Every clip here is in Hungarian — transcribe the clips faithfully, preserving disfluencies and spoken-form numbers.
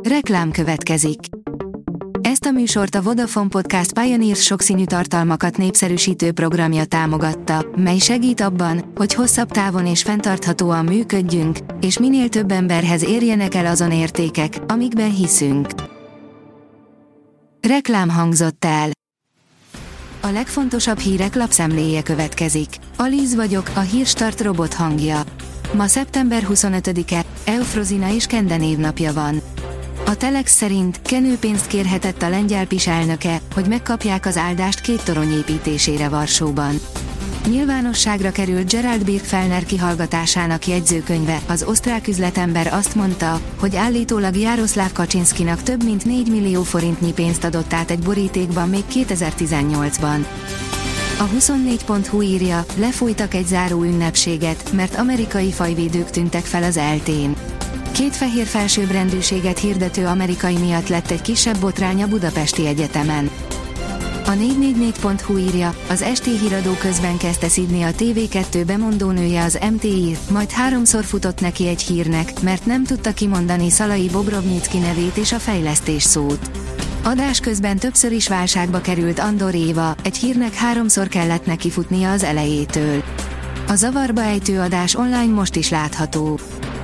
Reklám következik. Ezt a műsort a Vodafone Podcast Pioneers sokszínű tartalmakat népszerűsítő programja támogatta, mely segít abban, hogy hosszabb távon és fenntarthatóan működjünk, és minél több emberhez érjenek el azon értékek, amikben hiszünk. Reklám hangzott el. A legfontosabb hírek lapszemléje következik. Alíz vagyok, a Hírstart robot hangja. Ma szeptember huszonötödike, Eufrozina és Kende névnapja van. A Telex szerint kenőpénzt kérhetett a lengyel pé i es elnöke, hogy megkapják az áldást két torony építésére Varsóban. Nyilvánosságra került Gerald Birgfellner kihallgatásának jegyzőkönyve, az osztrák üzletember azt mondta, hogy állítólag Jaroszláv Kaczynszkinak több mint négy millió forintnyi pénzt adott át egy borítékban még kétezer-tizennyolcban. A huszonnégy pont hu írja, lefújtak egy záró ünnepséget, mert amerikai fajvédők tűntek fel az eltén. Két fehér felsőbbrendűséget hirdető amerikai miatt lett egy kisebb botrány a Budapesti Egyetemen. A négy négy négy pont hu írja, az esti híradó közben kezdte szidni a té vé kettő bemondónője az em té í-t, majd háromszor futott neki egy hírnek, mert nem tudta kimondani Szalai Bobrovnyicki nevét és a fejlesztés szót. Adás közben többször is válságba került Andor Éva, egy hírnek háromszor kellett neki futnia az elejétől. A zavarba ejtő adás online most is látható.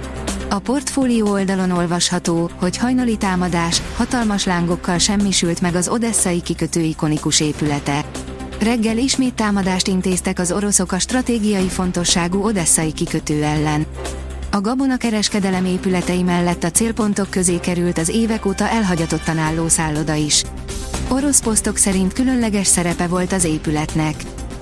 A Portfólió oldalon olvasható, hogy hajnali támadás, hatalmas lángokkal semmisült meg az odesszai kikötő ikonikus épülete. Reggel ismét támadást intéztek az oroszok a stratégiai fontosságú odesszai kikötő ellen. A gabonakereskedelem épületei mellett a célpontok közé került az évek óta elhagyatottan álló szálloda is. Orosz posztok szerint különleges szerepe volt az épületnek.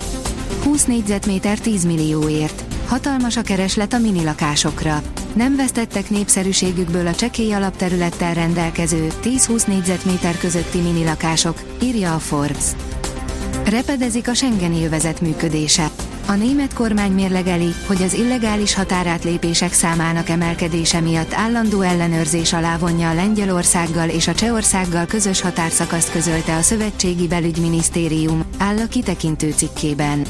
húsz négyzetméter tíz millióért. Hatalmas a kereslet a minilakásokra. Nem vesztettek népszerűségükből a csekély alapterülettel rendelkező tíz-húsz négyzetméter közötti minilakások, írja a Forbes. Repedezik a schengeni övezet működése. A német kormány mérlegeli, hogy az illegális határátlépések számának emelkedése miatt állandó ellenőrzés alá vonja a Lengyelországgal és a Csehországgal közös határszakaszt, közölte a szövetségi belügyminisztérium, áll a kitekintő cikkében.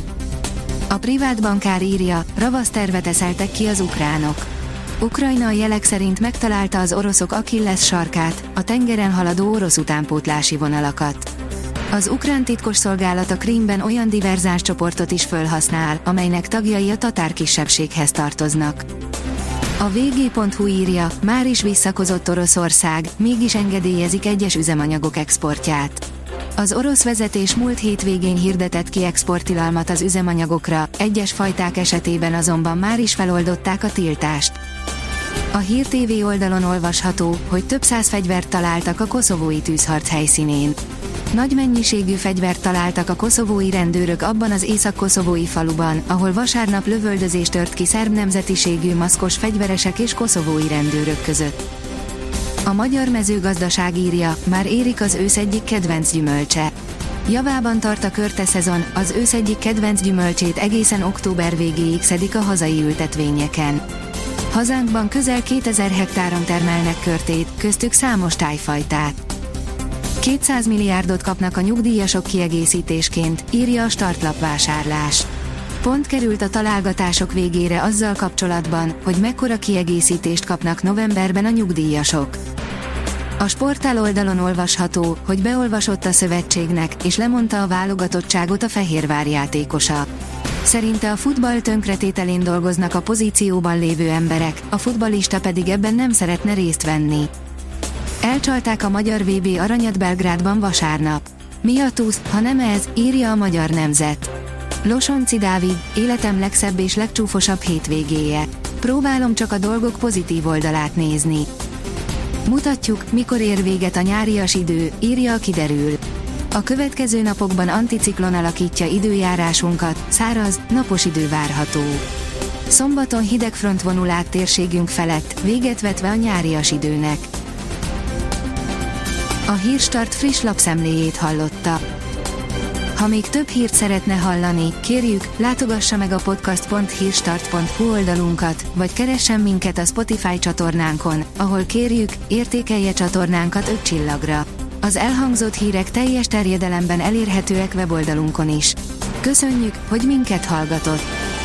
A privát bankár írja, ravasztervet eszeltek ki az ukránok. Ukrajna a jelek szerint megtalálta az oroszok Achilles sarkát, a tengeren haladó orosz utánpótlási vonalakat. Az ukrán titkosszolgálat a Krímben olyan diverzáns csoportot is fölhasznál, amelynek tagjai a tatár kisebbséghez tartoznak. A vé gé pont hu írja, már is visszakozott Oroszország, mégis engedélyezik egyes üzemanyagok exportját. Az orosz vezetés múlt hétvégén hirdetett ki exporttilalmat az üzemanyagokra, egyes fajták esetében azonban már is feloldották a tiltást. A Hír té vé oldalon olvasható, hogy több száz fegyvert találtak a koszovói tűzharc helyszínén. Nagy mennyiségű fegyvert találtak a koszovói rendőrök abban az észak-koszovói faluban, ahol vasárnap lövöldözés tört ki szerb nemzetiségű maszkos fegyveresek és koszovói rendőrök között. A Magyar Mezőgazdaság írja, már érik az ősz egyik kedvenc gyümölcse. Javában tart a körte szezon, az ősz egyik kedvenc gyümölcsét egészen október végéig szedik a hazai ültetvényeken. Hazánkban közel kétezer hektáron termelnek körtét, köztük számos tájfajtát. kétszáz milliárdot kapnak a nyugdíjasok kiegészítésként, írja a Startlap vásárlás. Pont került a találgatások végére azzal kapcsolatban, hogy mekkora kiegészítést kapnak novemberben a nyugdíjasok. A Sportál oldalon olvasható, hogy beolvasott a szövetségnek, és lemondta a válogatottságot a Fehérvár játékosa. Szerinte a futball tönkretételén dolgoznak a pozícióban lévő emberek, a futballista pedig ebben nem szeretne részt venni. Elcsalták a magyar vé bé aranyat Belgrádban vasárnap. Mi a tusz, ha nem ez, írja a Magyar Nemzet. Losonci Dávid, életem legszebb és legcsúfosabb hétvégéje. Próbálom csak a dolgok pozitív oldalát nézni. Mutatjuk, mikor ér véget a nyárias idő, írja a Kiderül. A következő napokban anticiklon alakítja időjárásunkat, száraz, napos idő várható. Szombaton hideg front vonul át térségünk felett, véget vetve a nyárias időnek. A Hírstart friss lapszemléjét hallotta. Ha még több hírt szeretne hallani, kérjük, látogassa meg a podcast pont hírstart pont hu oldalunkat, vagy keressen minket a Spotify csatornánkon, ahol kérjük, értékelje csatornánkat öt csillagra. Az elhangzott hírek teljes terjedelemben elérhetőek weboldalunkon is. Köszönjük, hogy minket hallgatott!